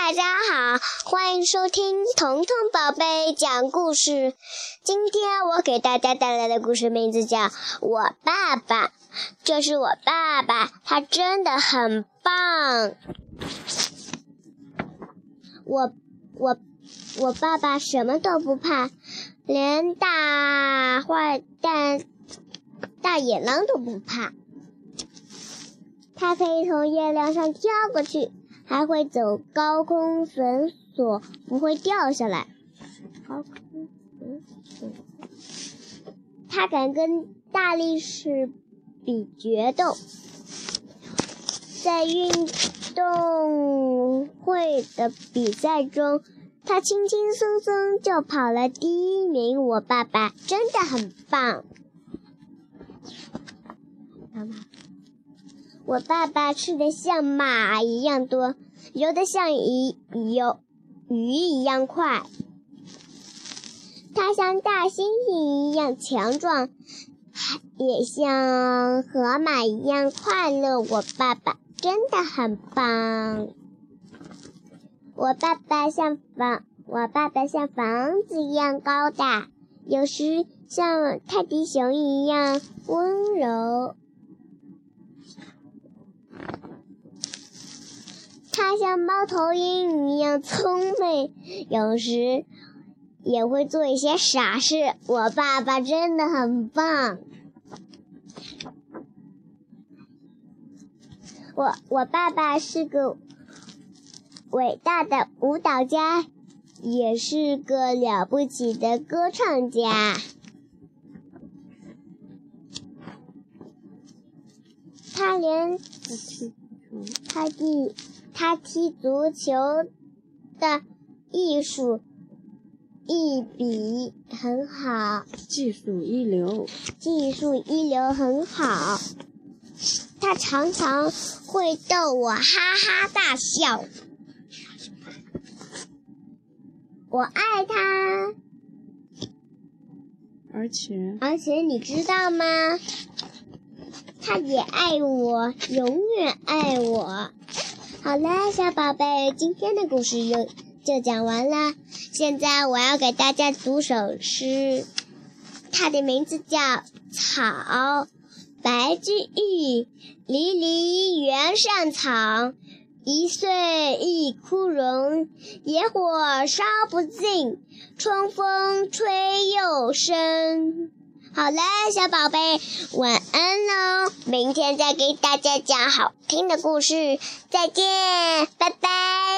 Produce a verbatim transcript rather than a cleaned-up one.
大家好，欢迎收听彤彤宝贝讲故事。今天我给大家带来的故事名字叫《我爸爸》。这是我爸爸，他真的很棒。我我我爸爸什么都不怕，连大坏蛋大野狼都不怕。他可以从月亮上跳过去，还会走高空绳索，不会掉下来。高空绳索，他敢跟大力士比决斗，在运动会的比赛中，他轻轻松松就跑了第一名。我爸爸真的很棒。妈妈，我爸爸吃的像马一样多，游得像鱼游鱼一样快。他像大猩猩一样强壮，也像河马一样快乐。我爸爸真的很棒。我爸爸像房，我爸爸像房子一样高大，有时像泰迪熊一样温柔。他像猫头鹰一样聪明，有时也会做一些傻事。我爸爸真的很棒。我我爸爸是个伟大的舞蹈家，也是个了不起的歌唱家。他连他踢他踢足球的艺术一笔很好， 技术一流， 技术一流很好。他常常会逗我哈哈大笑。我爱他， 而且而且你知道吗？他也爱我，永远爱我。好啦，小宝贝，今天的故事就就讲完了。现在我要给大家读首诗，它的名字叫《草》。白居易，离离原上草，一岁一枯荣。野火烧不尽，春风吹又生。好了，小宝贝，晚安喽！明天再给大家讲好听的故事，再见，拜拜。